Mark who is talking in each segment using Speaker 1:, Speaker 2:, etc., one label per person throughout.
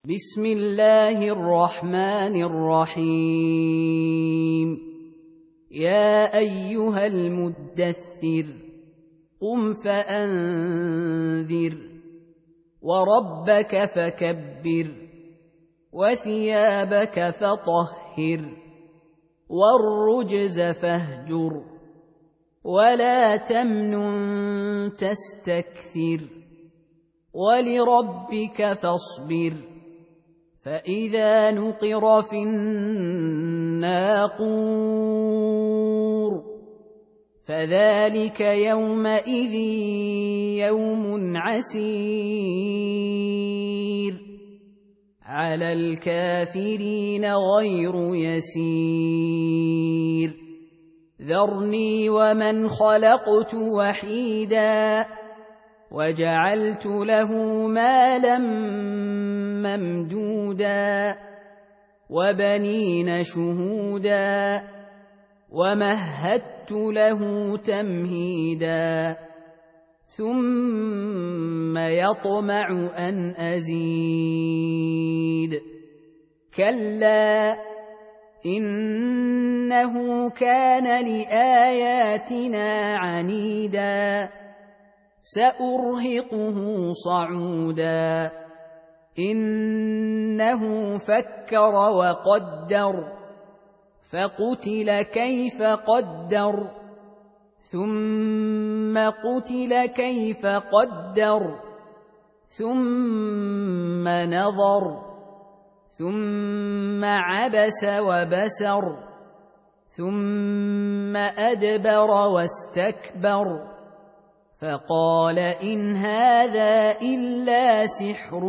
Speaker 1: بسم الله الرحمن الرحيم. يا أيها المدثر قم فأنذر وربك فكبر وثيابك فطهر والرجز فاهجر ولا تمنن تستكثر ولربك فاصبر فإذا نقر في الناقور فذلك يومئذ يوم عسير على الكافرين غير يسير ذرني ومن خلقت وحيدا وجعلت له مالا ممدودا وبنين شهودا ومهدت له تمهيدا ثم يطمع أن أزيد كلا إنه كان لآياتنا عنيدا سأرهقه صعودا إنه فكر وقدر فقتل كيف قدر ثم قتل كيف قدر ثم نظر ثم عبس وبسر ثم أدبر واستكبر فقال إن هذا إلا سحر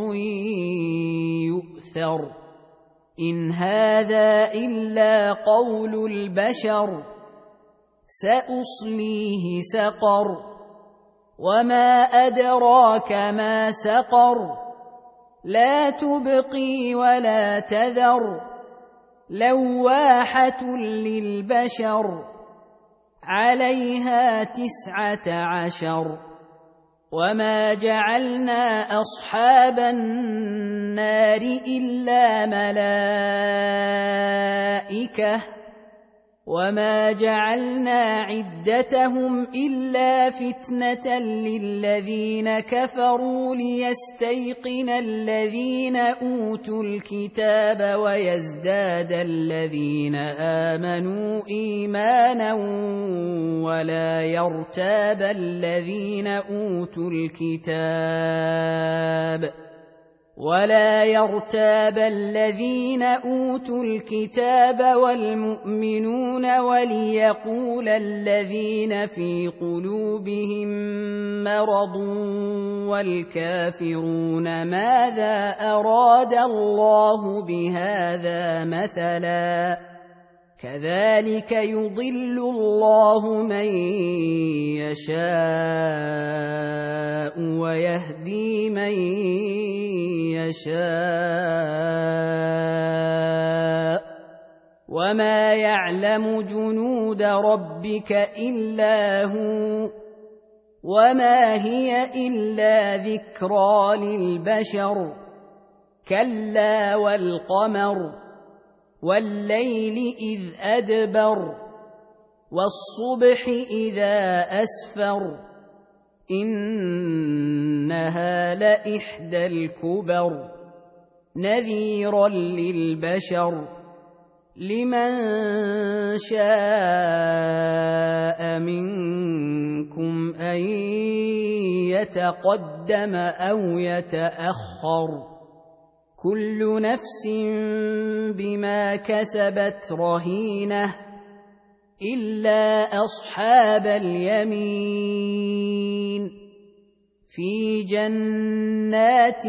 Speaker 1: يؤثر إن هذا إلا قول البشر سأصليه سقر وما أدراك ما سقر لا تبقي ولا تذر لواحة للبشر عليها 19 وما جعلنا أصحاب النار إلا ملائكة وما جعلنا عدتهم إلا فتنة للذين كفروا ليستيقن الذين أوتوا الكتاب ويزداد الذين آمنوا إيمانا ولا يرتاب الذين أوتوا الكتاب والمؤمنون وليقول الذين في قلوبهم مرض والكافرون ماذا أراد الله بهذا مثلا كذلك يضل الله من يشاء ويهدي من يشاء وما يعلم جنود ربك إلا هو وما هي إلا ذكرى للبشر كلا والقمر والليل إذ أدبر والصبح إذا أسفر إنها لإحدى الكبر نذيرا للبشر لمن شاء منكم أن يتقدم أو يتأخر كل نفس بما كسبت رهينة إلا أصحاب اليمين في جنات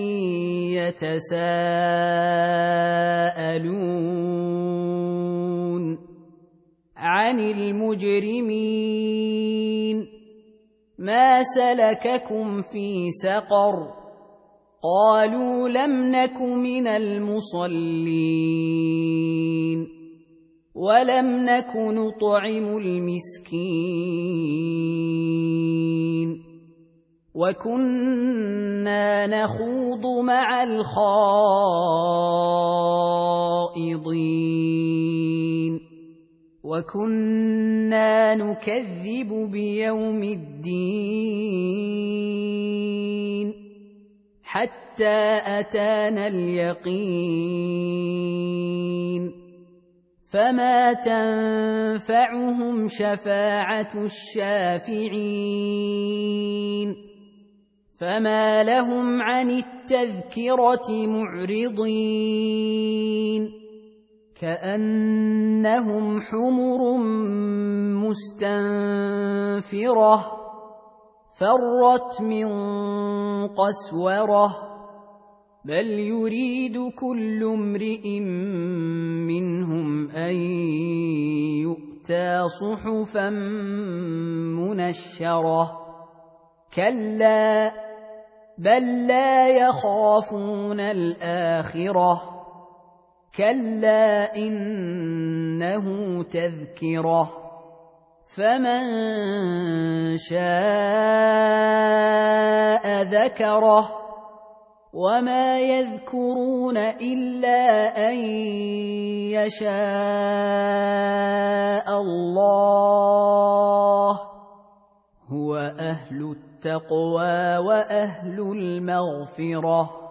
Speaker 1: يتساءلون عن المجرمين ما سلككم في سقر قالوا لم نك من المصلين ولم نك نطعم المسكين وكنا نخوض مع الخائضين وكنا نكذب بيوم الدين حتى أتانا اليقين فما تنفعهم شفاعة الشافعين فما لهم عن التذكرة معرضين كأنهم حمر مستنفرة فرت من قسورة بل يريد كل امرئ منهم أن يؤتى صحفا منشرة كلا بل لا يخافون الآخرة كلا إنه تذكرة فمن شاء ذكره وما يذكرون إلا أن يشاء الله هو أهل التقوى وأهل المغفرة